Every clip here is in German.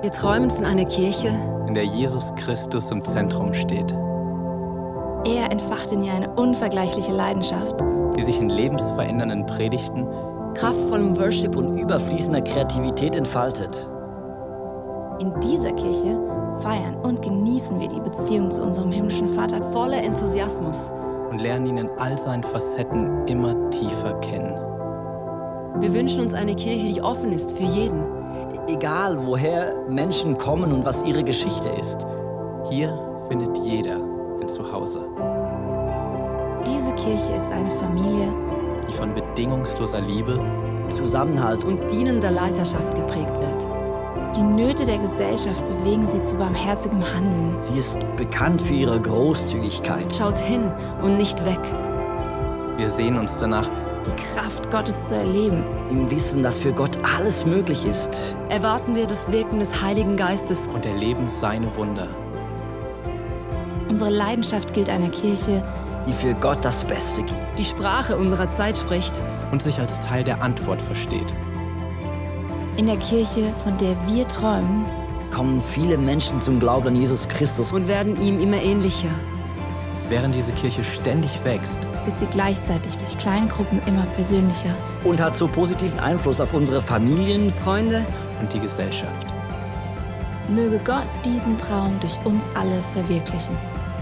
Wir träumen von einer Kirche, in der Jesus Christus im Zentrum steht, Er entfacht in ihr eine unvergleichliche Leidenschaft. die sich in lebensverändernden Predigten, kraftvollem Worship und überfließender Kreativität entfaltet. In dieser Kirche feiern und genießen wir die Beziehung zu unserem himmlischen Vater. voller Enthusiasmus. und lernen ihn in all seinen Facetten immer tiefer kennen. Wir wünschen uns eine Kirche, die offen ist für jeden. Egal, woher Menschen kommen und was ihre Geschichte ist. Hier findet jeder ein Zuhause, Diese Kirche ist eine Familie, die von bedingungsloser Liebe Zusammenhalt und Und dienender Leiterschaft geprägt wird. die Nöte der Gesellschaft bewegen sie zu barmherzigem Handeln. sie ist bekannt für ihre Großzügigkeit. Schaut hin und nicht weg. Wir sehen uns danach, Die Kraft Gottes zu erleben. Im Wissen, dass für Gott alles möglich ist. Erwarten wir das Wirken des Heiligen Geistes. und erleben seine Wunder. Unsere Leidenschaft gilt einer Kirche, Die für Gott das Beste gibt. Die Sprache unserer Zeit spricht. Und sich als Teil der Antwort versteht. in der Kirche, von der wir träumen. Kommen viele Menschen zum Glauben an Jesus Christus. Und werden ihm immer ähnlicher. Während diese Kirche ständig wächst, Wird sie gleichzeitig durch Kleingruppen immer persönlicher. Und hat so positiven Einfluss auf unsere Familien. Freunde, und die Gesellschaft. Möge Gott diesen Traum durch uns alle verwirklichen.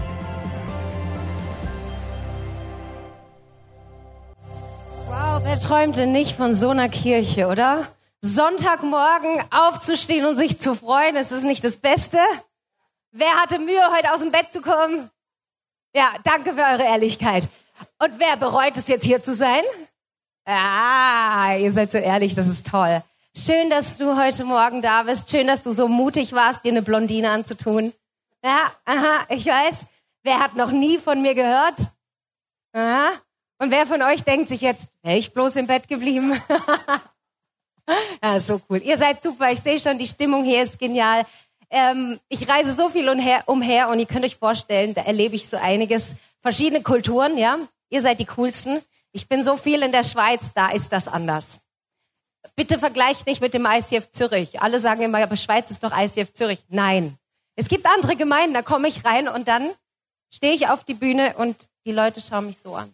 Wow, wer träumt denn nicht von so einer Kirche, oder? Sonntagmorgen aufzustehen und sich zu freuen, ist das nicht das Beste? Wer hatte Mühe, heute aus dem Bett zu kommen? Ja, danke für eure Ehrlichkeit. Und wer bereut es jetzt, hier zu sein? Ah, ihr seid so ehrlich, das ist toll. Schön, dass du heute Morgen da bist. Schön, dass du so mutig warst, dir eine Blondine anzutun. Ja, aha, ich weiß. Wer hat noch nie von mir gehört? Aha. Und wer von euch denkt sich jetzt, wäre ich bloß im Bett geblieben? Ja, so cool. Ihr seid super. Ich sehe schon, die Stimmung hier ist genial. Ich reise so viel umher und ihr könnt euch vorstellen, da erlebe ich so einiges. Verschiedene Kulturen, ja. Ihr seid die coolsten. Ich bin so viel in der Schweiz, da ist das anders. Bitte vergleicht nicht mit dem ICF Zürich. Alle sagen immer, aber Schweiz ist doch ICF Zürich. Nein. Es gibt andere Gemeinden, da komme ich rein und dann stehe ich auf die Bühne und die Leute schauen mich so an.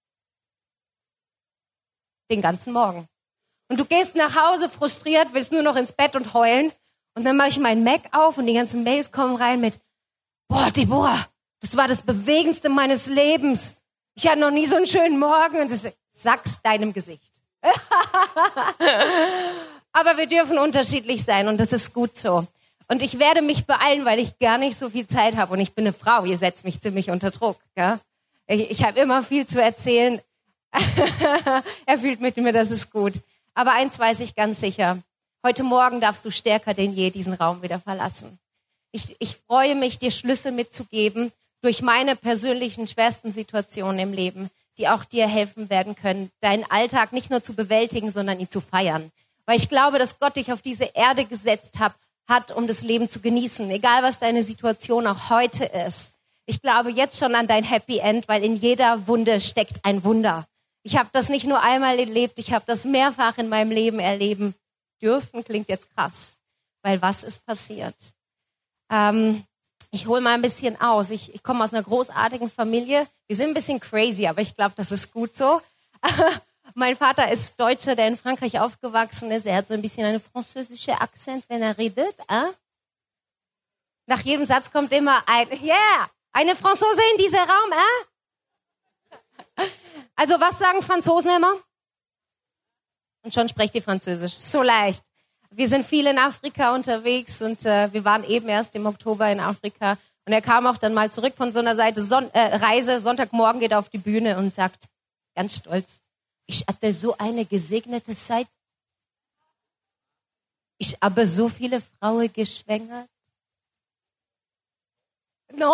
Den ganzen Morgen. Und du gehst nach Hause frustriert, willst nur noch ins Bett und heulen. Und dann mache ich meinen Mac auf und die ganzen Mails kommen rein mit, boah, Deborah, das war das Bewegendste meines Lebens. Ich hatte noch nie so einen schönen Morgen. Und das sag's deinem Gesicht. Aber wir dürfen unterschiedlich sein und das ist gut so. Und ich werde mich beeilen, weil ich gar nicht so viel Zeit habe. Und ich bin eine Frau, ihr setzt mich ziemlich unter Druck. Gell? Ich habe immer viel zu erzählen. Er fühlt mit mir, das ist gut. Aber eins weiß ich ganz sicher. Heute Morgen darfst du stärker denn je diesen Raum wieder verlassen. Ich freue mich, dir Schlüsse mitzugeben durch meine persönlichen schwersten Situationen im Leben, die auch dir helfen werden können, deinen Alltag nicht nur zu bewältigen, sondern ihn zu feiern. Weil ich glaube, dass Gott dich auf diese Erde gesetzt hat, um das Leben zu genießen, egal was deine Situation auch heute ist. Ich glaube jetzt schon an dein Happy End, weil in jeder Wunde steckt ein Wunder. Ich habe das nicht nur einmal erlebt, ich habe das mehrfach in meinem Leben erleben dürfen. Klingt jetzt krass, weil was ist passiert? Ich hole mal ein bisschen aus. Ich komme aus einer großartigen Familie. Wir sind ein bisschen crazy, aber ich glaube, das ist gut so. Mein Vater ist Deutscher, der in Frankreich aufgewachsen ist. Er hat so ein bisschen einen französischen Akzent, wenn er redet. Nach jedem Satz kommt immer eine Franzose in diesem Raum. Also was sagen Franzosen immer? Und schon spricht die Französisch. So leicht. Wir sind viel in Afrika unterwegs und wir waren eben erst im Oktober in Afrika. Und er kam auch dann mal zurück von so einer Reise. Sonntagmorgen geht er auf die Bühne und sagt, ganz stolz, ich hatte so eine gesegnete Zeit. Ich habe so viele Frauen geschwängert. No.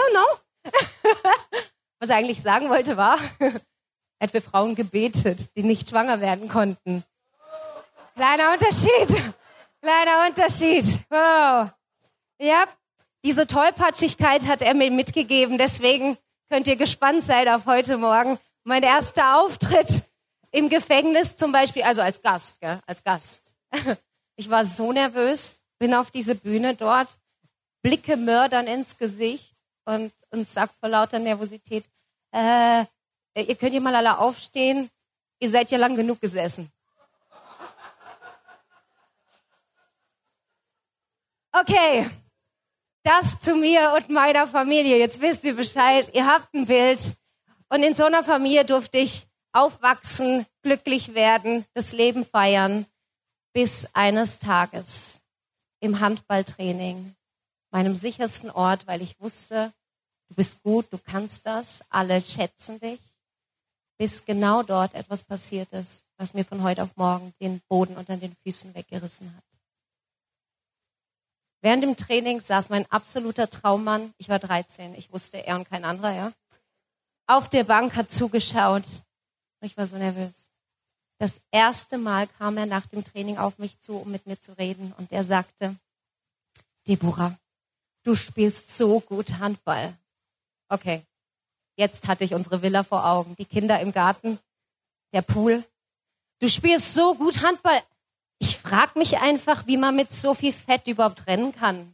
Was er eigentlich sagen wollte war, er hat für Frauen gebetet, die nicht schwanger werden konnten. Kleiner Unterschied. Wow. Ja, diese Tollpatschigkeit hat er mir mitgegeben. Deswegen könnt ihr gespannt sein auf heute Morgen. Mein erster Auftritt im Gefängnis zum Beispiel, also als Gast, gell, als Gast. Ich war so nervös. bin auf diese Bühne dort, blicke Mördern ins Gesicht und sag vor lauter Nervosität, ihr könnt ja mal alle aufstehen, ihr seid ja lang genug gesessen. Okay, das zu mir und meiner Familie. Jetzt wisst ihr Bescheid, ihr habt ein Bild. Und in so einer Familie durfte ich aufwachsen, glücklich werden, das Leben feiern, bis eines Tages im Handballtraining, meinem sichersten Ort, weil ich wusste, du bist gut, du kannst das, alle schätzen dich, bis genau dort etwas passiert ist, was mir von heute auf morgen den Boden unter den Füßen weggerissen hat. Während dem Training saß mein absoluter Traummann, ich war 13, ich wusste, er und kein anderer, ja, auf der Bank, hat zugeschaut und ich war so nervös. Das erste Mal kam er nach dem Training auf mich zu, um mit mir zu reden und er sagte, Deborah, du spielst so gut Handball. Okay, jetzt hatte ich unsere Villa vor Augen, die Kinder im Garten, der Pool. Du spielst so gut Handball. Ich frage mich einfach, wie man mit so viel Fett überhaupt rennen kann.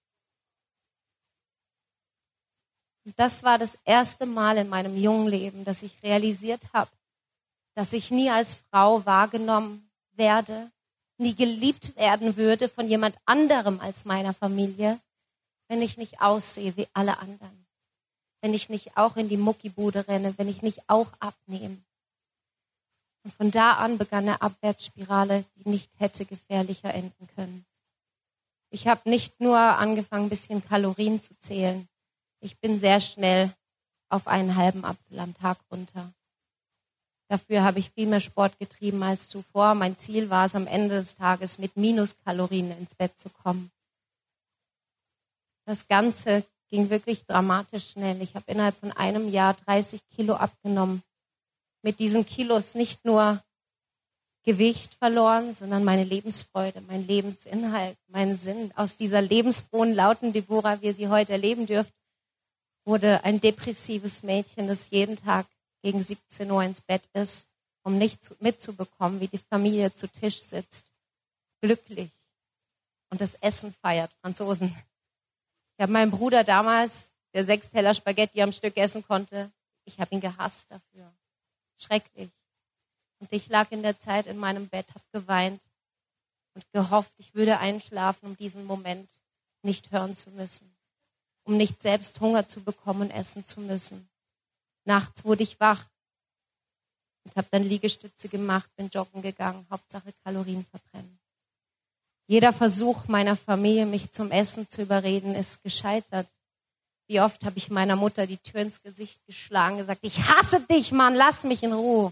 Und das war das erste Mal in meinem jungen Leben, dass ich realisiert habe, dass ich nie als Frau wahrgenommen werde, nie geliebt werden würde von jemand anderem als meiner Familie, wenn ich nicht aussehe wie alle anderen, wenn ich nicht auch in die Muckibude renne, wenn ich nicht auch abnehme. Und von da an begann eine Abwärtsspirale, die nicht hätte gefährlicher enden können. Ich habe nicht nur angefangen, ein bisschen Kalorien zu zählen. Ich bin sehr schnell auf einen halben Apfel am Tag runter. Dafür habe ich viel mehr Sport getrieben als zuvor. Mein Ziel war es, am Ende des Tages mit Minuskalorien ins Bett zu kommen. Das Ganze ging wirklich dramatisch schnell. Ich habe innerhalb von einem Jahr 30 Kilo abgenommen. Mit diesen Kilos nicht nur Gewicht verloren, sondern meine Lebensfreude, mein Lebensinhalt, meinen Sinn. Aus dieser lebensfrohen, lauten Deborah, wie ihr sie heute erleben dürft, wurde ein depressives Mädchen, das jeden Tag gegen 17 Uhr ins Bett ist, um nicht mitzubekommen, wie die Familie zu Tisch sitzt, glücklich und das Essen feiert, Franzosen. Ich habe meinen Bruder damals, der 6 Teller Spaghetti am Stück essen konnte, ich habe ihn gehasst dafür. Schrecklich. Und ich lag in der Zeit in meinem Bett, habe geweint und gehofft, ich würde einschlafen, um diesen Moment nicht hören zu müssen, um nicht selbst Hunger zu bekommen und essen zu müssen. Nachts wurde ich wach und habe dann Liegestütze gemacht, bin joggen gegangen, Hauptsache Kalorien verbrennen. Jeder Versuch meiner Familie, mich zum Essen zu überreden, ist gescheitert. Wie oft habe ich meiner Mutter die Tür ins Gesicht geschlagen, gesagt, ich hasse dich, Mann, lass mich in Ruhe.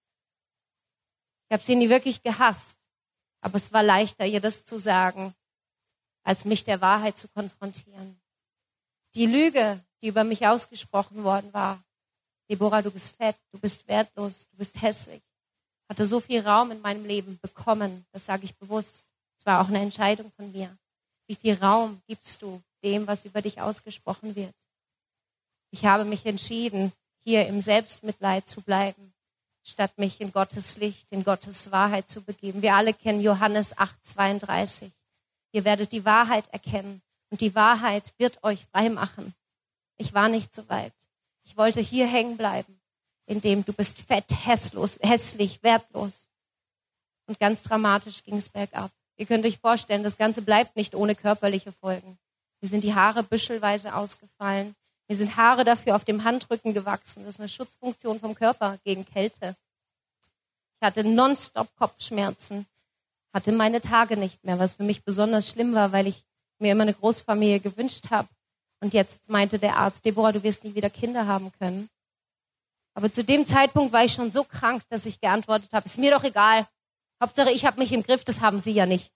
Ich habe sie nie wirklich gehasst, aber es war leichter, ihr das zu sagen, als mich der Wahrheit zu konfrontieren. Die Lüge, die über mich ausgesprochen worden war, Deborah, du bist fett, du bist wertlos, du bist hässlich, hatte so viel Raum in meinem Leben bekommen, das sage ich bewusst. Es war auch eine Entscheidung von mir. Wie viel Raum gibst du dem, was über dich ausgesprochen wird? Ich habe mich entschieden, hier im Selbstmitleid zu bleiben, statt mich in Gottes Licht, in Gottes Wahrheit zu begeben. Wir alle kennen Johannes 8,32. Ihr werdet die Wahrheit erkennen und die Wahrheit wird euch frei machen. Ich war nicht so weit. Ich wollte hier hängen bleiben, indem du bist fett, hässlich, wertlos. Und ganz dramatisch ging es bergab. Ihr könnt euch vorstellen, das Ganze bleibt nicht ohne körperliche Folgen. Mir sind die Haare büschelweise ausgefallen. Mir sind Haare dafür auf dem Handrücken gewachsen. Das ist eine Schutzfunktion vom Körper gegen Kälte. Ich hatte nonstop Kopfschmerzen, hatte meine Tage nicht mehr, was für mich besonders schlimm war, weil ich mir immer eine Großfamilie gewünscht habe. Und jetzt meinte der Arzt, Deborah, du wirst nie wieder Kinder haben können. Aber zu dem Zeitpunkt war ich schon so krank, dass ich geantwortet habe, ist mir doch egal. Hauptsache, ich habe mich im Griff, das haben Sie ja nicht.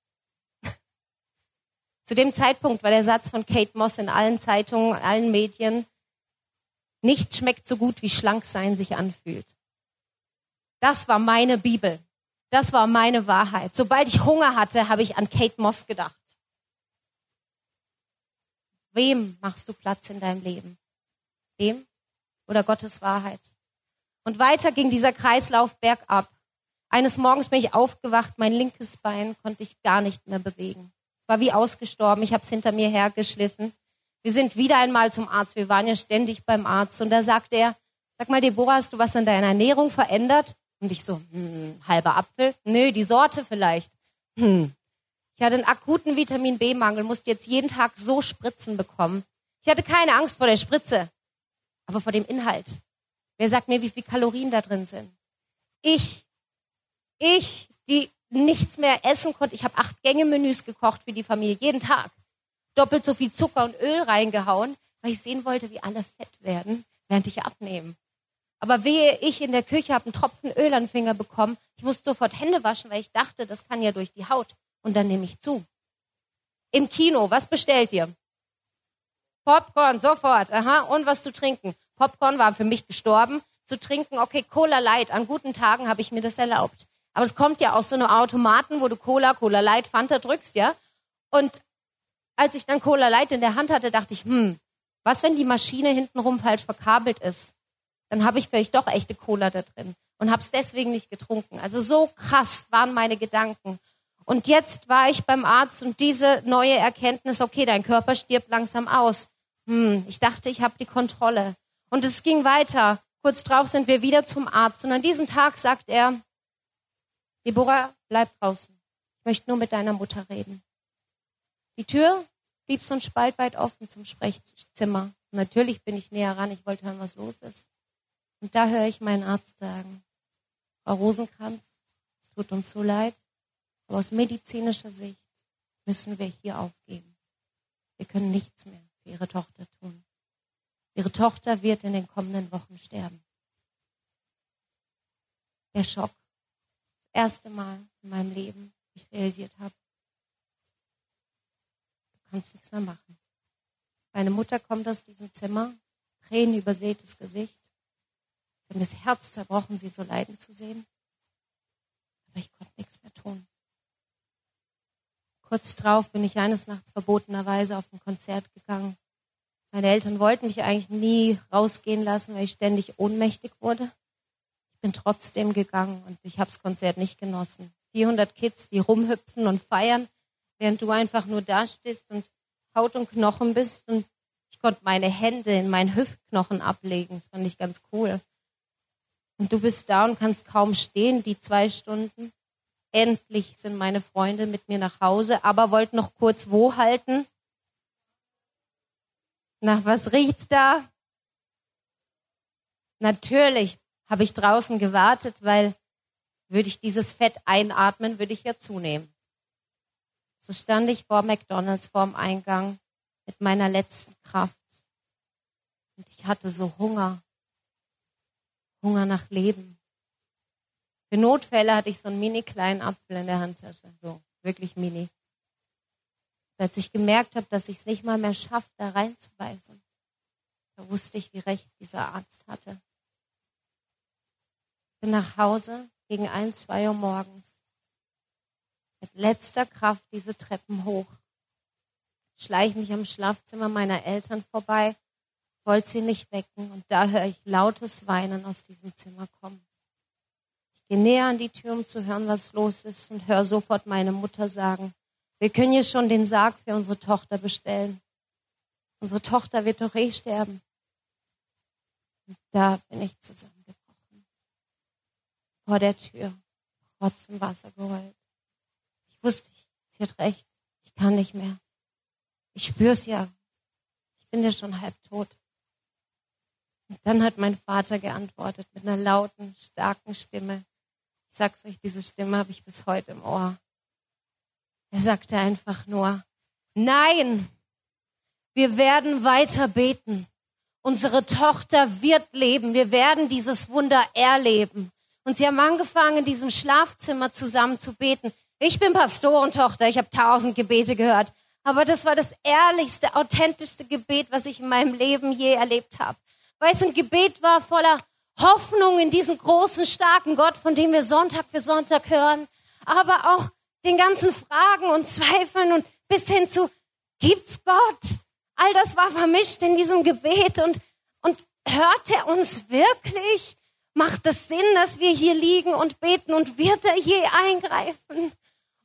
Zu dem Zeitpunkt war der Satz von Kate Moss in allen Zeitungen, allen Medien, nichts schmeckt so gut, wie schlank sein sich anfühlt. Das war meine Bibel. Das war meine Wahrheit. Sobald ich Hunger hatte, habe ich an Kate Moss gedacht. Wem machst du Platz in deinem Leben? Dem oder Gottes Wahrheit? Und weiter ging dieser Kreislauf bergab. Eines Morgens bin ich aufgewacht, mein linkes Bein konnte ich gar nicht mehr bewegen. War wie ausgestorben. Ich habe es hinter mir hergeschliffen. Wir sind wieder einmal zum Arzt. Wir waren ja ständig beim Arzt. Und da sagt er, sag mal, Deborah, hast du was an deiner Ernährung verändert? Und ich so, halber Apfel? Nö, die Sorte vielleicht. Ich hatte einen akuten Vitamin-B-Mangel, musste jetzt jeden Tag so Spritzen bekommen. Ich hatte keine Angst vor der Spritze, aber vor dem Inhalt. Wer sagt mir, wie viel Kalorien da drin sind? Ich, die nichts mehr essen konnte. Ich habe 8-Gänge-Menüs gekocht für die Familie, jeden Tag. Doppelt so viel Zucker und Öl reingehauen, weil ich sehen wollte, wie alle fett werden, während ich abnehme. Aber wehe, ich in der Küche habe einen Tropfen Öl an den Finger bekommen. Ich musste sofort Hände waschen, weil ich dachte, das kann ja durch die Haut. Und dann nehme ich zu. Im Kino, was bestellt ihr? Popcorn, sofort. Aha, und was zu trinken? Popcorn war für mich gestorben. Zu trinken, okay, Cola Light. An guten Tagen habe ich mir das erlaubt. Aber es kommt ja aus so einem Automaten, wo du Cola Light, Fanta drückst, ja? Und als ich dann Cola Light in der Hand hatte, dachte ich, was, wenn die Maschine hintenrum falsch verkabelt ist? Dann habe ich vielleicht doch echte Cola da drin und habe es deswegen nicht getrunken. Also so krass waren meine Gedanken. Und jetzt war ich beim Arzt und diese neue Erkenntnis, okay, dein Körper stirbt langsam aus. Ich dachte, ich habe die Kontrolle. Und es ging weiter. Kurz drauf sind wir wieder zum Arzt. Und an diesem Tag sagt er, Deborah, bleib draußen. Ich möchte nur mit deiner Mutter reden. Die Tür blieb so ein Spalt weit offen zum Sprechzimmer. Und natürlich bin ich näher ran, ich wollte hören, was los ist. Und da höre ich meinen Arzt sagen, Frau Rosenkranz, es tut uns so leid, aber aus medizinischer Sicht müssen wir hier aufgeben. Wir können nichts mehr für Ihre Tochter tun. Ihre Tochter wird in den kommenden Wochen sterben. Der Schock. Das erste Mal in meinem Leben, wo ich realisiert habe, du kannst nichts mehr machen. Meine Mutter kommt aus diesem Zimmer, tränenübersätes Gesicht. Sie hat mir das Herz zerbrochen, sie so leiden zu sehen. Aber ich konnte nichts mehr tun. Kurz drauf bin ich eines Nachts verbotenerweise auf ein Konzert gegangen. Meine Eltern wollten mich eigentlich nie rausgehen lassen, weil ich ständig ohnmächtig wurde. Ich bin trotzdem gegangen und ich habe das Konzert nicht genossen. 400 Kids, die rumhüpfen und feiern, während du einfach nur da stehst und Haut und Knochen bist. Und ich konnte meine Hände in meinen Hüftknochen ablegen. Das fand ich ganz cool. Und du bist da und kannst kaum stehen, die 2 Stunden. Endlich sind meine Freunde mit mir nach Hause, aber wollten noch kurz wo halten? Nach was riecht's da? Natürlich habe ich draußen gewartet, weil würde ich dieses Fett einatmen, würde ich ja zunehmen. So stand ich vor McDonald's, vorm Eingang mit meiner letzten Kraft. Und ich hatte so Hunger nach Leben. Für Notfälle hatte ich so einen mini kleinen Apfel in der Handtasche, so wirklich mini. Als ich gemerkt habe, dass ich es nicht mal mehr schaffe, da reinzubeißen, da wusste ich, wie recht dieser Arzt hatte. Ich bin nach Hause gegen 1, 2 Uhr morgens. Mit letzter Kraft diese Treppen hoch. Schleiche mich am Schlafzimmer meiner Eltern vorbei, wollte sie nicht wecken und da höre ich lautes Weinen aus diesem Zimmer kommen. Ich gehe näher an die Tür, um zu hören, was los ist und höre sofort meine Mutter sagen, wir können hier schon den Sarg für unsere Tochter bestellen. Unsere Tochter wird doch sterben. Und da bin ich zusammengebrochen. Vor der Tür, Rotz und Wasser geheult. Ich wusste, sie hat recht, ich kann nicht mehr. Ich spüre es ja. Ich bin ja schon halb tot. Und dann hat mein Vater geantwortet mit einer lauten, starken Stimme. Ich sag's euch, diese Stimme habe ich bis heute im Ohr. Er sagte einfach nur, nein, wir werden weiter beten. Unsere Tochter wird leben. Wir werden dieses Wunder erleben. Und sie haben angefangen, in diesem Schlafzimmer zusammen zu beten. Ich bin Pastorentochter, ich habe 1000 Gebete gehört. Aber das war das ehrlichste, authentischste Gebet, was ich in meinem Leben je erlebt habe. Weil es ein Gebet war voller Hoffnung in diesen großen, starken Gott, von dem wir Sonntag für Sonntag hören. Aber auch den ganzen Fragen und Zweifeln und bis hin zu, gibt's Gott? All das war vermischt in diesem Gebet und hört er uns wirklich? Macht es Sinn, dass wir hier liegen und beten und wird er je eingreifen?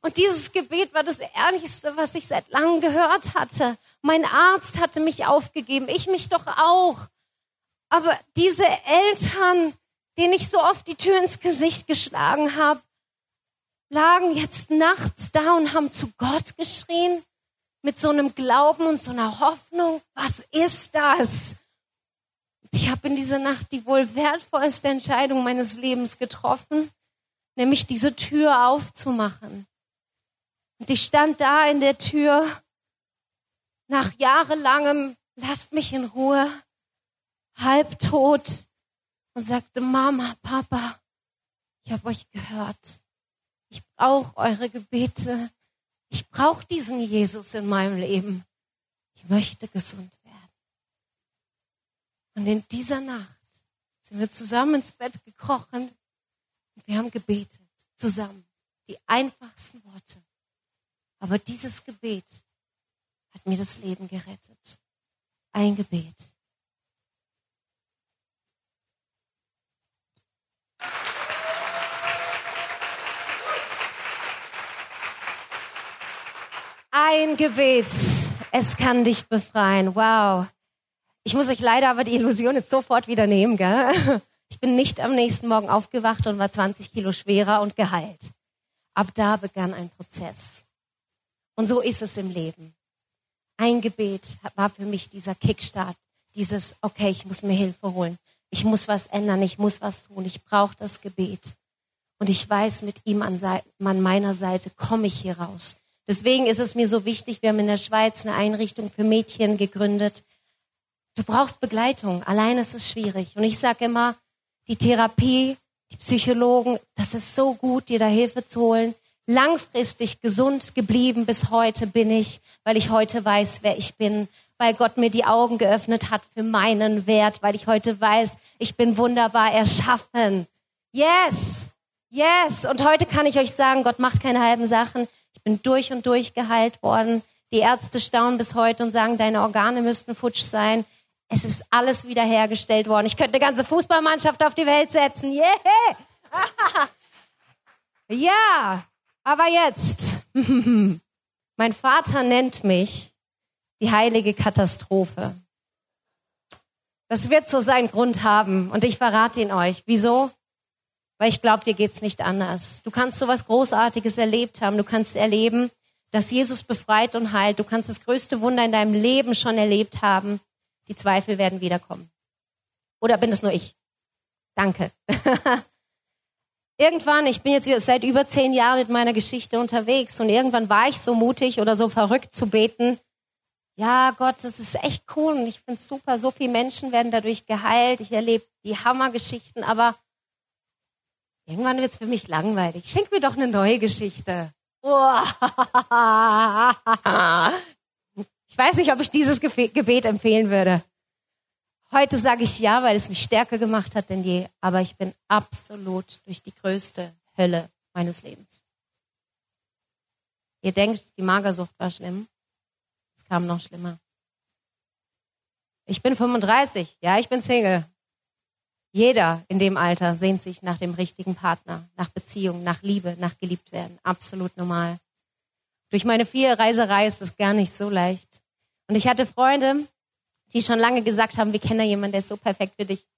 Und dieses Gebet war das Ehrlichste, was ich seit langem gehört hatte. Mein Arzt hatte mich aufgegeben, ich mich doch auch. Aber diese Eltern, denen ich so oft die Tür ins Gesicht geschlagen habe, lagen jetzt nachts da und haben zu Gott geschrien, mit so einem Glauben und so einer Hoffnung. Was ist das? Ich habe in dieser Nacht die wohl wertvollste Entscheidung meines Lebens getroffen, nämlich diese Tür aufzumachen. Und ich stand da in der Tür nach jahrelangem, lasst mich in Ruhe, halbtot und sagte, Mama, Papa, ich habe euch gehört. Ich brauche eure Gebete. Ich brauche diesen Jesus in meinem Leben. Ich möchte gesund werden. Und in dieser Nacht sind wir zusammen ins Bett gekrochen und wir haben gebetet, zusammen. Die einfachsten Worte. Aber dieses Gebet hat mir das Leben gerettet. Ein Gebet. Ein Gebet, es kann dich befreien. Wow. Ich muss euch leider aber die Illusion jetzt sofort wieder nehmen, gell? Ich bin nicht am nächsten Morgen aufgewacht und war 20 Kilo schwerer und geheilt. Ab da begann ein Prozess. Und so ist es im Leben. Ein Gebet war für mich dieser Kickstart, dieses, okay, ich muss mir Hilfe holen. Ich muss was ändern, ich muss was tun, ich brauche das Gebet. Und ich weiß, mit ihm an meiner Seite komme ich hier raus. Deswegen ist es mir so wichtig, wir haben in der Schweiz eine Einrichtung für Mädchen gegründet. Du brauchst Begleitung, allein ist es schwierig. Und ich sage immer, die Therapie, die Psychologen, das ist so gut, dir da Hilfe zu holen. Langfristig gesund geblieben bis heute bin ich, weil ich heute weiß, wer ich bin, weil Gott mir die Augen geöffnet hat für meinen Wert, weil ich heute weiß, ich bin wunderbar erschaffen. Yes, yes. Und heute kann ich euch sagen, Gott macht keine halben Sachen. Ich bin durch und durch geheilt worden. Die Ärzte staunen bis heute und sagen, deine Organe müssten futsch sein. Es ist alles wiederhergestellt worden. Ich könnte eine ganze Fußballmannschaft auf die Welt setzen. Yeah! Ja, aber jetzt. Mein Vater nennt mich die heilige Katastrophe. Das wird so seinen Grund haben und ich verrate ihn euch. Wieso? Weil ich glaube, dir geht's nicht anders. Du kannst so was Großartiges erlebt haben. Du kannst erleben, dass Jesus befreit und heilt. Du kannst das größte Wunder in deinem Leben schon erlebt haben. Die Zweifel werden wiederkommen. Oder bin es nur ich? Danke. Irgendwann, ich bin jetzt seit über 10 Jahren mit meiner Geschichte unterwegs und irgendwann war ich so mutig oder so verrückt zu beten. Ja, Gott, das ist echt cool und ich finde es super. So viele Menschen werden dadurch geheilt. Ich erlebe die Hammergeschichten, aber irgendwann wird es für mich langweilig. Schenk mir doch eine neue Geschichte. Ich weiß nicht, ob ich dieses Gebet empfehlen würde. Heute sage ich ja, weil es mich stärker gemacht hat denn je. Aber ich bin absolut durch die größte Hölle meines Lebens. Ihr denkt, die Magersucht war schlimm. Es kam noch schlimmer. Ich bin 35. Ja, ich bin Single. Jeder in dem Alter sehnt sich nach dem richtigen Partner, nach Beziehung, nach Liebe, nach geliebt werden. Absolut normal. Durch meine viele Reiserei ist das gar nicht so leicht. Und ich hatte Freunde, die schon lange gesagt haben, wir kennen da jemanden, der ist so perfekt für dich.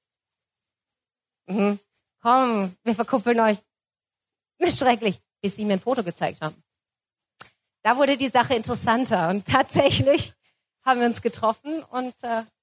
Komm, wir verkuppeln euch. Schrecklich, bis sie mir ein Foto gezeigt haben. Da wurde die Sache interessanter und tatsächlich haben wir uns getroffen und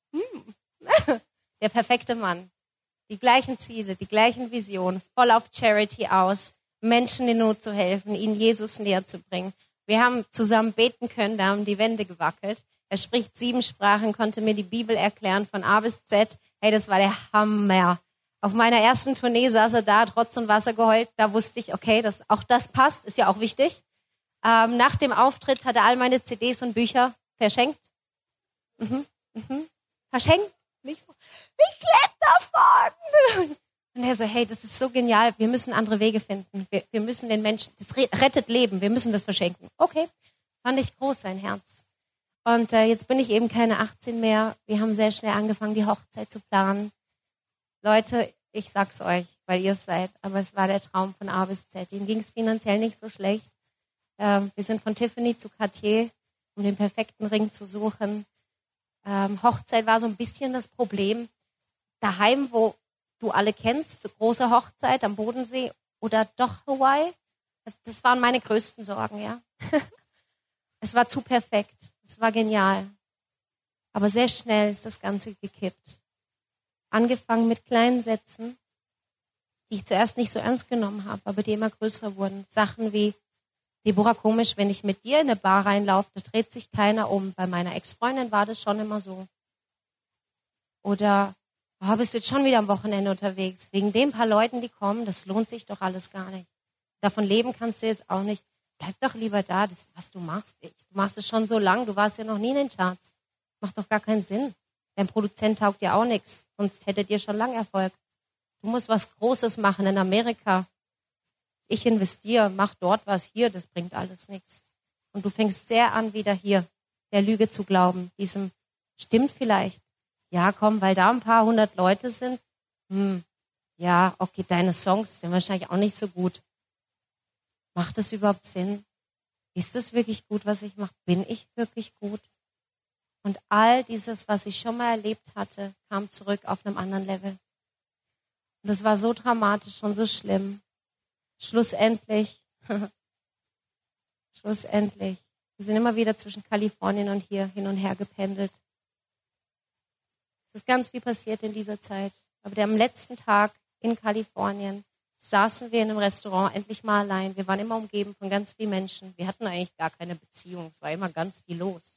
der perfekte Mann. Die gleichen Ziele, die gleichen Visionen, voll auf Charity aus, Menschen in Not zu helfen, ihnen Jesus näher zu bringen. Wir haben zusammen beten können, da haben die Wände gewackelt. Er spricht 7 Sprachen, konnte mir die Bibel erklären von A bis Z. Hey, das war der Hammer. Auf meiner ersten Tournee saß er da, Trotz und Wasser geheult. Da wusste ich, okay, auch das passt, ist ja auch wichtig. Nach dem Auftritt hat er all meine CDs und Bücher verschenkt. Verschenkt? Nicht so, ich lebe davon. Und er so, hey, das ist so genial, wir müssen andere Wege finden. Wir müssen den Menschen, das rettet Leben, wir müssen das verschenken. Okay, fand ich groß, sein Herz. Und jetzt bin ich eben keine 18 mehr. Wir haben sehr schnell angefangen, die Hochzeit zu planen. Leute, ich sag's euch, weil ihr es seid, aber es war der Traum von A bis Z. Ihm ging es finanziell nicht so schlecht. Wir sind von Tiffany zu Cartier, um den perfekten Ring zu suchen. Hochzeit war so ein bisschen das Problem. Daheim, wo du alle kennst, so große Hochzeit am Bodensee oder doch Hawaii. Das waren meine größten Sorgen, ja. Es war zu perfekt. Es war genial. Aber sehr schnell ist das Ganze gekippt. Angefangen mit kleinen Sätzen, die ich zuerst nicht so ernst genommen habe, aber die immer größer wurden. Sachen wie, Deborah, komisch, wenn ich mit dir in eine Bar reinlaufe, da dreht sich keiner um. Bei meiner Ex-Freundin war das schon immer so. Oder, bist du jetzt schon wieder am Wochenende unterwegs? Wegen den paar Leuten, die kommen, das lohnt sich doch alles gar nicht. Davon leben kannst du jetzt auch nicht. Bleib doch lieber da, das, was du machst. Du machst es schon so lang, du warst ja noch nie in den Charts. Macht doch gar keinen Sinn. Dein Produzent taugt dir auch nichts, sonst hättet ihr schon lang Erfolg. Du musst was Großes machen in Amerika. Ich investiere, mach dort was, hier, das bringt alles nichts. Und du fängst sehr an, wieder hier der Lüge zu glauben. Diesem, stimmt vielleicht. Ja, komm, weil da ein paar hundert Leute sind. Ja, okay, deine Songs sind wahrscheinlich auch nicht so gut. Macht es überhaupt Sinn? Ist es wirklich gut, was ich mache? Bin ich wirklich gut? Und all dieses, was ich schon mal erlebt hatte, kam zurück auf einem anderen Level. Und das war so dramatisch und so schlimm. Schlussendlich, wir sind immer wieder zwischen Kalifornien und hier hin und her gependelt. Es ist ganz viel passiert in dieser Zeit. Aber am letzten Tag in Kalifornien saßen wir in einem Restaurant, endlich mal allein. Wir waren immer umgeben von ganz vielen Menschen. Wir hatten eigentlich gar keine Beziehung. Es war immer ganz viel los.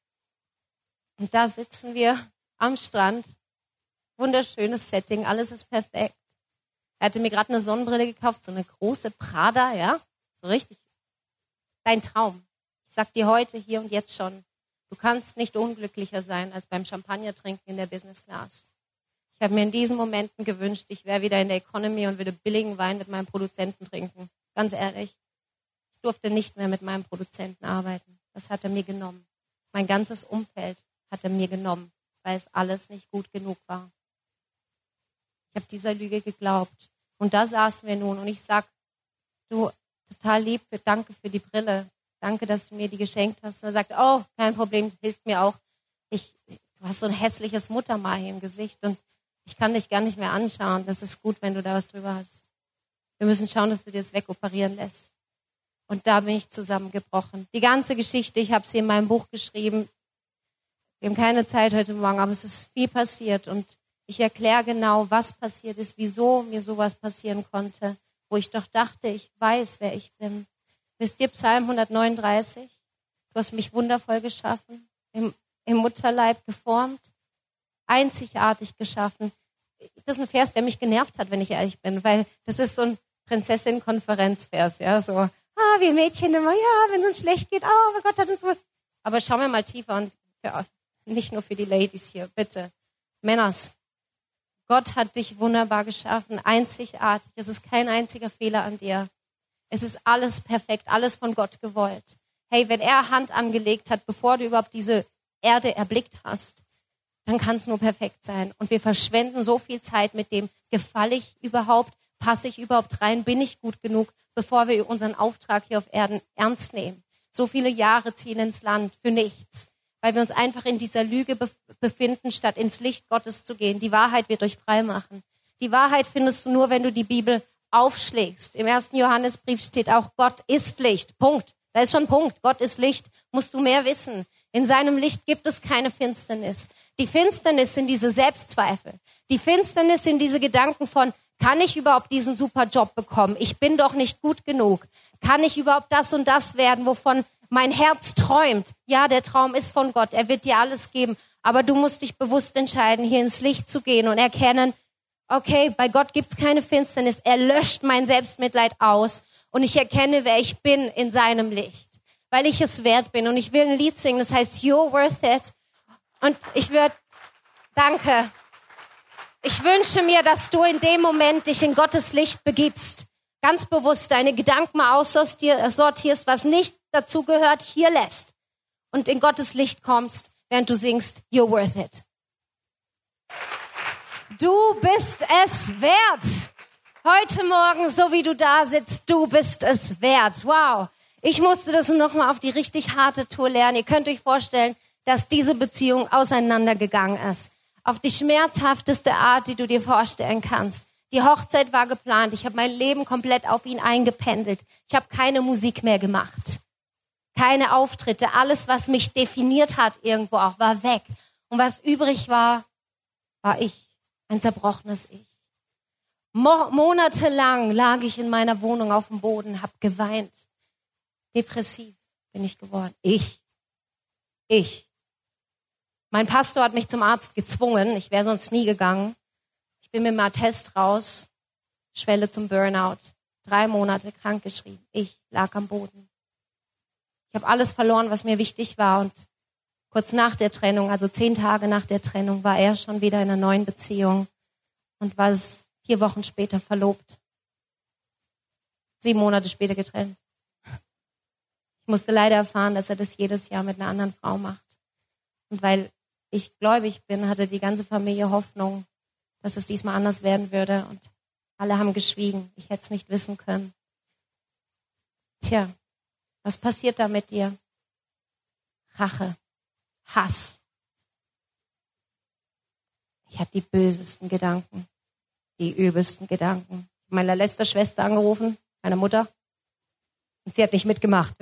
Und da sitzen wir am Strand. Wunderschönes Setting, alles ist perfekt. Er hatte mir gerade eine Sonnenbrille gekauft, so eine große Prada, ja, so richtig. Dein Traum. Ich sag dir heute, hier und jetzt schon, du kannst nicht unglücklicher sein als beim Champagner trinken in der Business Class. Ich habe mir in diesen Momenten gewünscht, ich wäre wieder in der Economy und würde billigen Wein mit meinem Produzenten trinken. Ganz ehrlich, ich durfte nicht mehr mit meinem Produzenten arbeiten. Das hat er mir genommen. Mein ganzes Umfeld hat er mir genommen, weil es alles nicht gut genug war. Ich habe dieser Lüge geglaubt. Und da saßen wir nun und ich sag, du, total lieb, danke für die Brille. Danke, dass du mir die geschenkt hast. Und er sagt, oh, kein Problem, hilft mir auch. Du hast so ein hässliches Muttermal hier im Gesicht und ich kann dich gar nicht mehr anschauen. Das ist gut, wenn du da was drüber hast. Wir müssen schauen, dass du dir das wegoperieren lässt. Und da bin ich zusammengebrochen. Die ganze Geschichte, ich habe sie in meinem Buch geschrieben. Wir haben keine Zeit heute Morgen, aber es ist viel passiert und ich erkläre genau, was passiert ist, wieso mir sowas passieren konnte, wo ich doch dachte, ich weiß, wer ich bin. Wisst ihr, Psalm 139? Du hast mich wundervoll geschaffen, im Mutterleib geformt, einzigartig geschaffen. Das ist ein Vers, der mich genervt hat, wenn ich ehrlich bin, weil das ist so ein Prinzessin-Konferenz-Vers, ja, so, wir Mädchen immer, ja, wenn es uns schlecht geht, aber Gott hat uns so. Aber schauen wir mal tiefer und nicht nur für die Ladies hier, bitte. Männers, Gott hat dich wunderbar geschaffen, einzigartig. Es ist kein einziger Fehler an dir. Es ist alles perfekt, alles von Gott gewollt. Hey, wenn er Hand angelegt hat, bevor du überhaupt diese Erde erblickt hast, dann kann es nur perfekt sein. Und wir verschwenden so viel Zeit mit dem, gefalle ich überhaupt, passe ich überhaupt rein, bin ich gut genug, bevor wir unseren Auftrag hier auf Erden ernst nehmen. So viele Jahre ziehen ins Land für nichts, weil wir uns einfach in dieser Lüge befinden, statt ins Licht Gottes zu gehen. Die Wahrheit wird euch frei machen. Die Wahrheit findest du nur, wenn du die Bibel aufschlägst. Im 1. Johannesbrief steht auch, Gott ist Licht. Punkt. Da ist schon Punkt. Gott ist Licht. Musst du mehr wissen. In seinem Licht gibt es keine Finsternis. Die Finsternis sind diese Selbstzweifel. Die Finsternis sind diese Gedanken von, kann ich überhaupt diesen super Job bekommen? Ich bin doch nicht gut genug. Kann ich überhaupt das und das werden, wovon mein Herz träumt? Ja, der Traum ist von Gott. Er wird dir alles geben. Aber du musst dich bewusst entscheiden, hier ins Licht zu gehen und erkennen, okay, bei Gott gibt's keine Finsternis. Er löscht mein Selbstmitleid aus und ich erkenne, wer ich bin in seinem Licht, weil ich es wert bin. Und ich will ein Lied singen, das heißt You're Worth It. Und danke. Ich wünsche mir, dass du in dem Moment dich in Gottes Licht begibst. Ganz bewusst deine Gedanken mal aussortierst, was nicht dazu gehört, hier lässt. Und in Gottes Licht kommst, während du singst, You're Worth It. Du bist es wert. Heute Morgen, so wie du da sitzt, du bist es wert. Wow. Ich musste das nochmal auf die richtig harte Tour lernen. Ihr könnt euch vorstellen, dass diese Beziehung auseinandergegangen ist. Auf die schmerzhafteste Art, die du dir vorstellen kannst. Die Hochzeit war geplant. Ich habe mein Leben komplett auf ihn eingependelt. Ich habe keine Musik mehr gemacht. Keine Auftritte. Alles, was mich definiert hat irgendwo auch, war weg. Und was übrig war, war ich. Ein zerbrochenes Ich. Monatelang lag ich in meiner Wohnung auf dem Boden, habe geweint. Depressiv bin ich geworden. Ich. Mein Pastor hat mich zum Arzt gezwungen. Ich wäre sonst nie gegangen. Ich bin mit dem Attest raus. Schwelle zum Burnout. 3 Monate krankgeschrieben. Ich lag am Boden. Ich habe alles verloren, was mir wichtig war. Und kurz nach der Trennung, also 10 Tage nach der Trennung, war er schon wieder in einer neuen Beziehung und war 4 Wochen später verlobt. 7 Monate später getrennt. Ich musste leider erfahren, dass er das jedes Jahr mit einer anderen Frau macht. Und weil ich gläubig bin, hatte die ganze Familie Hoffnung, dass es diesmal anders werden würde. Und alle haben geschwiegen. Ich hätte es nicht wissen können. Tja, was passiert da mit dir? Rache, Hass. Ich hatte die bösesten Gedanken, die übelsten Gedanken. Ich habe meine letzte Schwester angerufen, meine Mutter. Und sie hat nicht mitgemacht.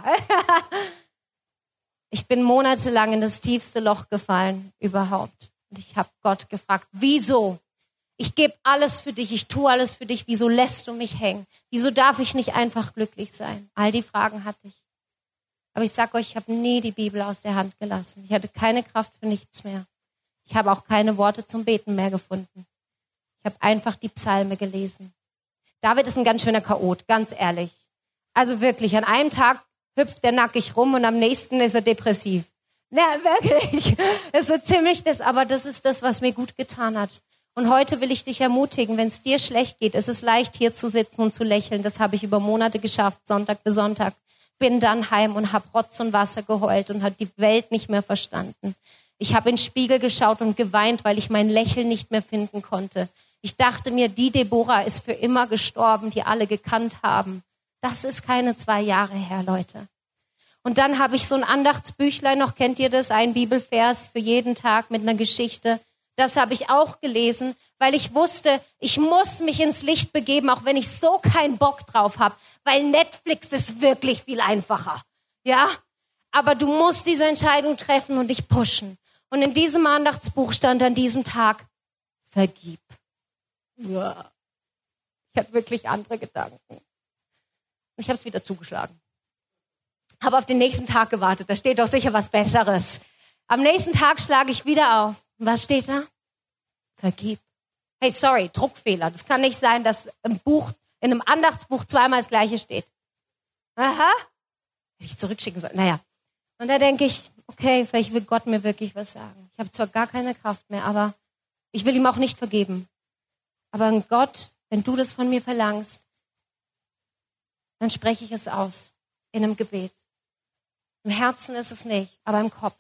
Ich bin monatelang in das tiefste Loch gefallen überhaupt. Und ich habe Gott gefragt, wieso? Ich gebe alles für dich, ich tue alles für dich. Wieso lässt du mich hängen? Wieso darf ich nicht einfach glücklich sein? All die Fragen hatte ich. Aber ich sage euch, ich habe nie die Bibel aus der Hand gelassen. Ich hatte keine Kraft für nichts mehr. Ich habe auch keine Worte zum Beten mehr gefunden. Ich habe einfach die Psalme gelesen. David ist ein ganz schöner Chaot, ganz ehrlich. Also wirklich, an einem Tag hüpft der nackig rum und am nächsten ist er depressiv. Na, wirklich. Das ist so ziemlich das, aber das ist das, was mir gut getan hat. Und heute will ich dich ermutigen, wenn es dir schlecht geht, ist es leicht, hier zu sitzen und zu lächeln. Das habe ich über Monate geschafft, Sonntag für Sonntag. Bin dann heim und habe Rotz und Wasser geheult und habe die Welt nicht mehr verstanden. Ich habe in den Spiegel geschaut und geweint, weil ich mein Lächeln nicht mehr finden konnte. Ich dachte mir, die Deborah ist für immer gestorben, die alle gekannt haben. Das ist keine 2 Jahre her, Leute. Und dann habe ich so ein Andachtsbüchlein noch, kennt ihr das? Ein Bibelvers für jeden Tag mit einer Geschichte. Das habe ich auch gelesen, weil ich wusste, ich muss mich ins Licht begeben, auch wenn ich so keinen Bock drauf habe. Weil Netflix ist wirklich viel einfacher. Ja? Aber du musst diese Entscheidung treffen und dich pushen. Und in diesem Andachtsbuch stand an diesem Tag, vergib. Ja. Ich hatte wirklich andere Gedanken. Ich habe es wieder zugeschlagen. Habe auf den nächsten Tag gewartet. Da steht doch sicher was Besseres. Am nächsten Tag schlage ich wieder auf. Was steht da? Vergib. Hey, sorry, Druckfehler. Das kann nicht sein, dass im Buch, in einem Andachtsbuch zweimal das Gleiche steht. Aha. Hätte ich zurückschicken sollen. Naja. Und da denke ich, okay, vielleicht will Gott mir wirklich was sagen. Ich habe zwar gar keine Kraft mehr, aber ich will ihm auch nicht vergeben. Aber Gott, wenn du das von mir verlangst, dann spreche ich es aus in einem Gebet. Im Herzen ist es nicht, aber im Kopf.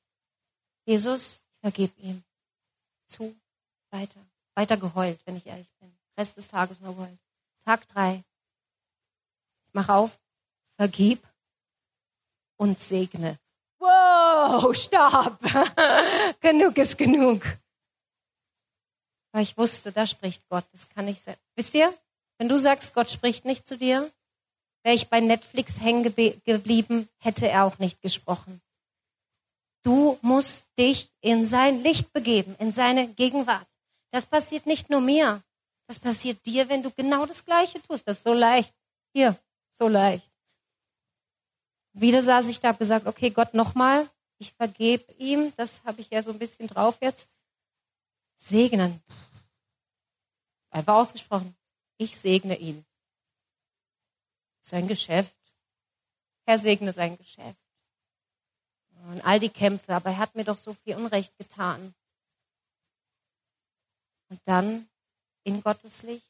Jesus, vergib ihm. Zu, weiter. Weiter geheult, wenn ich ehrlich bin. Rest des Tages nur geheult. Tag 3. Ich mache auf, vergib und segne. Wow, stopp! Genug ist genug. Weil ich wusste, da spricht Gott, das kann nicht sein. Wisst ihr, wenn du sagst, Gott spricht nicht zu dir, wäre ich bei Netflix hängen geblieben, hätte er auch nicht gesprochen. Du musst dich in sein Licht begeben, in seine Gegenwart. Das passiert nicht nur mir, das passiert dir, wenn du genau das Gleiche tust. Das ist so leicht. Hier, so leicht. Wieder saß ich da, habe gesagt, okay, Gott, nochmal, ich vergebe ihm, das habe ich ja so ein bisschen drauf jetzt. Segnen. Einfach ausgesprochen. Ich segne ihn. Sein Geschäft. Herr, segne sein Geschäft. Und all die Kämpfe, aber er hat mir doch so viel Unrecht getan. Und dann in Gottes Licht,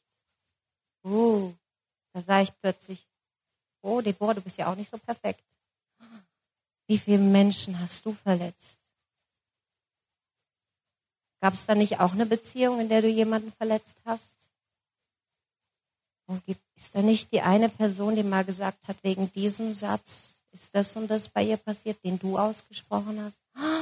da sah ich plötzlich, oh Deborah, du bist ja auch nicht so perfekt. Wie viele Menschen hast du verletzt? Gab es da nicht auch eine Beziehung, in der du jemanden verletzt hast? Ist da nicht die eine Person, die mal gesagt hat, wegen diesem Satz ist das und das bei ihr passiert, den du ausgesprochen hast?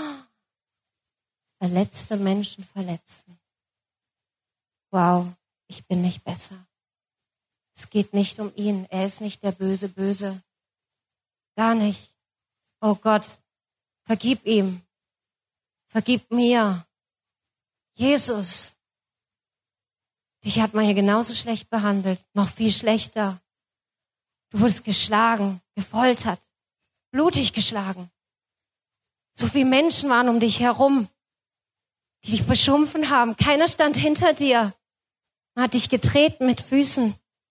Verletzte Menschen verletzen. Wow, ich bin nicht besser. Es geht nicht um ihn. Er ist nicht der böse Böse. Gar nicht. Oh Gott, vergib ihm. Vergib mir. Jesus, dich hat man hier genauso schlecht behandelt, noch viel schlechter. Du wurdest geschlagen, gefoltert, blutig geschlagen. So viele Menschen waren um dich herum, die dich beschimpfen haben. Keiner stand hinter dir. Man hat dich getreten mit Füßen.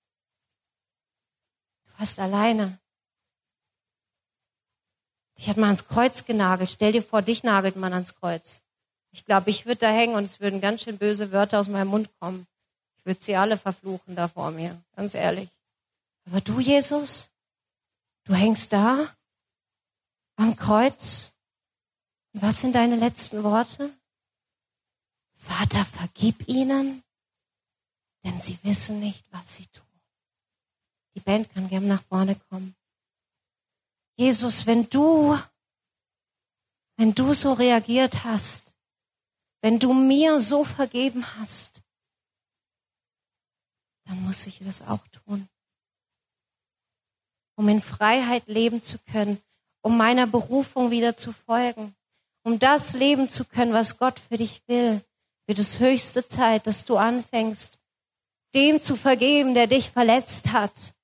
Du warst alleine. Dich hat man ans Kreuz genagelt. Stell dir vor, dich nagelt man ans Kreuz. Ich glaube, ich würde da hängen und es würden ganz schön böse Wörter aus meinem Mund kommen. Ich würde sie alle verfluchen da vor mir, ganz ehrlich. Aber du, Jesus, du hängst da am Kreuz. Und was sind deine letzten Worte? Vater, vergib ihnen, denn sie wissen nicht, was sie tun. Die Band kann gerne nach vorne kommen. Jesus, wenn du so reagiert hast, wenn du mir so vergeben hast, dann muss ich das auch tun. Um in Freiheit leben zu können, um meiner Berufung wieder zu folgen, um das leben zu können, was Gott für dich will, wird es höchste Zeit, dass du anfängst, dem zu vergeben, der dich verletzt hat.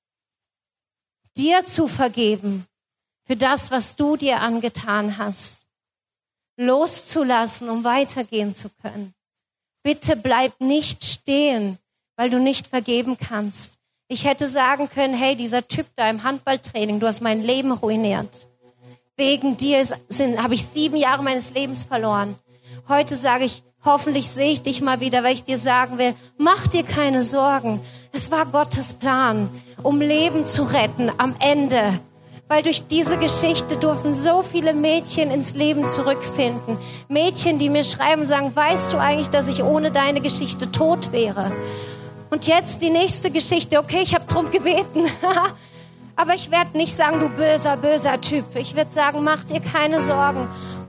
Dir zu vergeben für das, was du dir angetan hast. Loszulassen, um weitergehen zu können. Bitte bleib nicht stehen, weil du nicht vergeben kannst. Ich hätte sagen können, hey, dieser Typ da im Handballtraining, du hast mein Leben ruiniert. Wegen dir habe ich 7 Jahre meines Lebens verloren. Heute sage ich, hoffentlich sehe ich dich mal wieder, weil ich dir sagen will, mach dir keine Sorgen. Es war Gottes Plan, um Leben zu retten am Ende. Weil durch diese Geschichte durften so viele Mädchen ins Leben zurückfinden. Mädchen, die mir schreiben und sagen, weißt du eigentlich, dass ich ohne deine Geschichte tot wäre? Und jetzt die nächste Geschichte. Okay, ich habe drum gebeten. Aber ich werde nicht sagen, du böser, böser Typ. Ich werde sagen, mach dir keine Sorgen.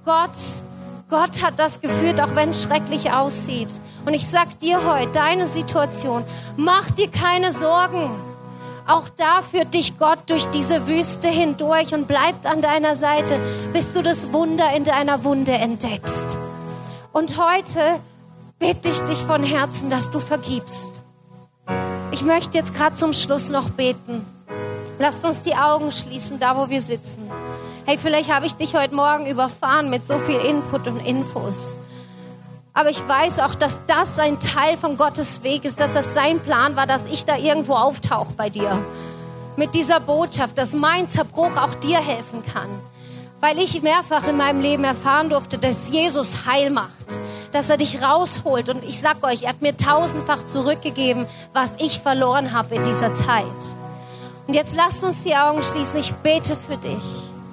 Gott hat das geführt, auch wenn es schrecklich aussieht. Und ich sag dir heute, deine Situation, mach dir keine Sorgen. Auch da führt dich Gott durch diese Wüste hindurch und bleibt an deiner Seite, bis du das Wunder in deiner Wunde entdeckst. Und heute bitte ich dich von Herzen, dass du vergibst. Ich möchte jetzt gerade zum Schluss noch beten. Lasst uns die Augen schließen, da wo wir sitzen. Hey, vielleicht habe ich dich heute Morgen überfahren mit so viel Input und Infos. Aber ich weiß auch, dass das ein Teil von Gottes Weg ist, dass das sein Plan war, dass ich da irgendwo auftauche bei dir. Mit dieser Botschaft, dass mein Zerbruch auch dir helfen kann. Weil ich mehrfach in meinem Leben erfahren durfte, dass Jesus Heil macht. Dass er dich rausholt. Und ich sag euch, er hat mir 1000-fach zurückgegeben, was ich verloren habe in dieser Zeit. Und jetzt lasst uns die Augen schließen. Ich bete für dich.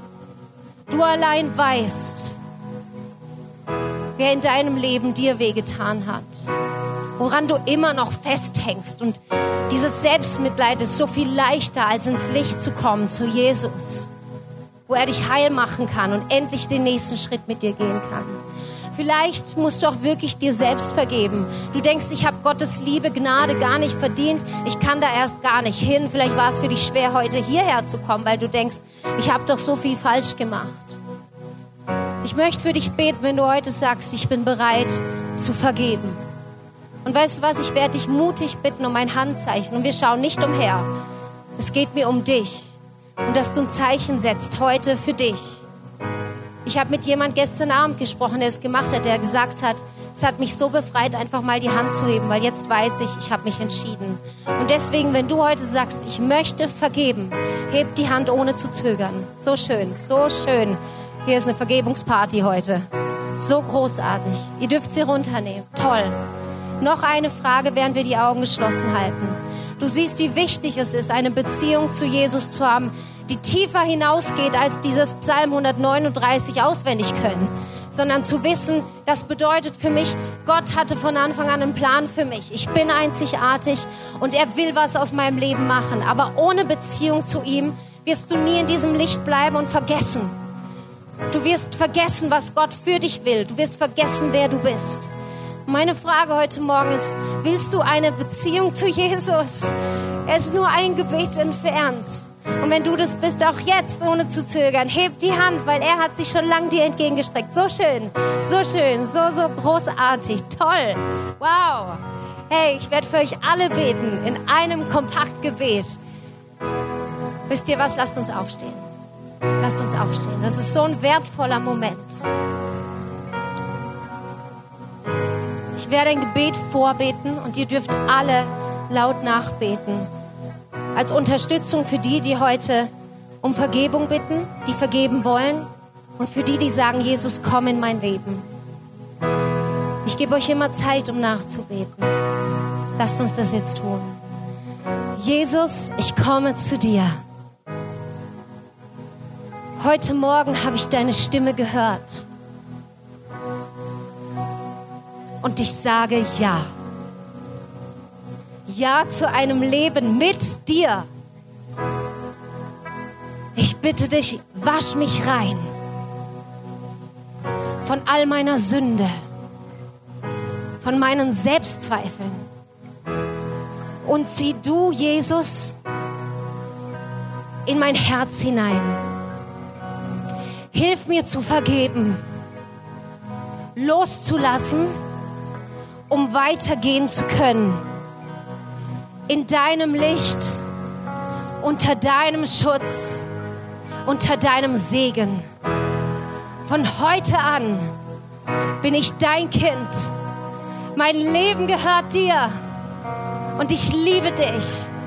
Du allein weißt, wer in deinem Leben dir wehgetan hat, woran du immer noch festhängst. Und dieses Selbstmitleid ist so viel leichter, als ins Licht zu kommen zu Jesus, wo er dich heil machen kann und endlich den nächsten Schritt mit dir gehen kann. Vielleicht musst du auch wirklich dir selbst vergeben. Du denkst, ich habe Gottes Liebe, Gnade gar nicht verdient. Ich kann da erst gar nicht hin. Vielleicht war es für dich schwer, heute hierher zu kommen, weil du denkst, ich habe doch so viel falsch gemacht. Ich möchte für dich beten, wenn du heute sagst, ich bin bereit zu vergeben. Und weißt du was, ich werde dich mutig bitten um ein Handzeichen. Und wir schauen nicht umher. Es geht mir um dich. Und dass du ein Zeichen setzt heute für dich. Ich habe mit jemand gestern Abend gesprochen, der es gemacht hat, der gesagt hat, es hat mich so befreit, einfach mal die Hand zu heben, weil jetzt weiß ich habe mich entschieden. Und deswegen, wenn du heute sagst, ich möchte vergeben, heb die Hand ohne zu zögern. So schön, so schön. Hier ist eine Vergebungsparty heute. So großartig. Ihr dürft sie runternehmen. Toll. Noch eine Frage, während wir die Augen geschlossen halten. Du siehst, wie wichtig es ist, eine Beziehung zu Jesus zu haben, die tiefer hinausgeht als dieses Psalm 139 auswendig können. sondern zu wissen, das bedeutet für mich, Gott hatte von Anfang an einen Plan für mich. Ich bin einzigartig und er will was aus meinem Leben machen. Aber ohne Beziehung zu ihm wirst du nie in diesem Licht bleiben und vergessen. Du wirst vergessen, was Gott für dich will. Du wirst vergessen, wer du bist. Meine Frage heute Morgen ist, willst du eine Beziehung zu Jesus? Er ist nur ein Gebet entfernt. Und wenn du das bist, auch jetzt, ohne zu zögern, heb die Hand, weil er hat sich schon lange dir entgegengestreckt. So schön, so großartig, toll. Wow. Hey, ich werde für euch alle beten in einem Kompaktgebet. Wisst ihr was? Lasst uns aufstehen. Lasst uns aufstehen. Das ist so ein wertvoller Moment. Ich werde ein Gebet vorbeten und ihr dürft alle laut nachbeten. Als Unterstützung für die, die heute um Vergebung bitten, die vergeben wollen und für die, die sagen, Jesus, komm in mein Leben. Ich gebe euch immer Zeit, um nachzubeten. Lasst uns das jetzt tun. Jesus, ich komme zu dir. Heute Morgen habe ich deine Stimme gehört. Und ich sage ja. Ja zu einem Leben mit dir. Ich bitte dich, wasch mich rein von all meiner Sünde, von meinen Selbstzweifeln. Und zieh du, Jesus, in mein Herz hinein. Hilf mir zu vergeben, loszulassen, um weitergehen zu können. In deinem Licht, unter deinem Schutz, unter deinem Segen. Von heute an bin ich dein Kind. Mein Leben gehört dir und ich liebe dich.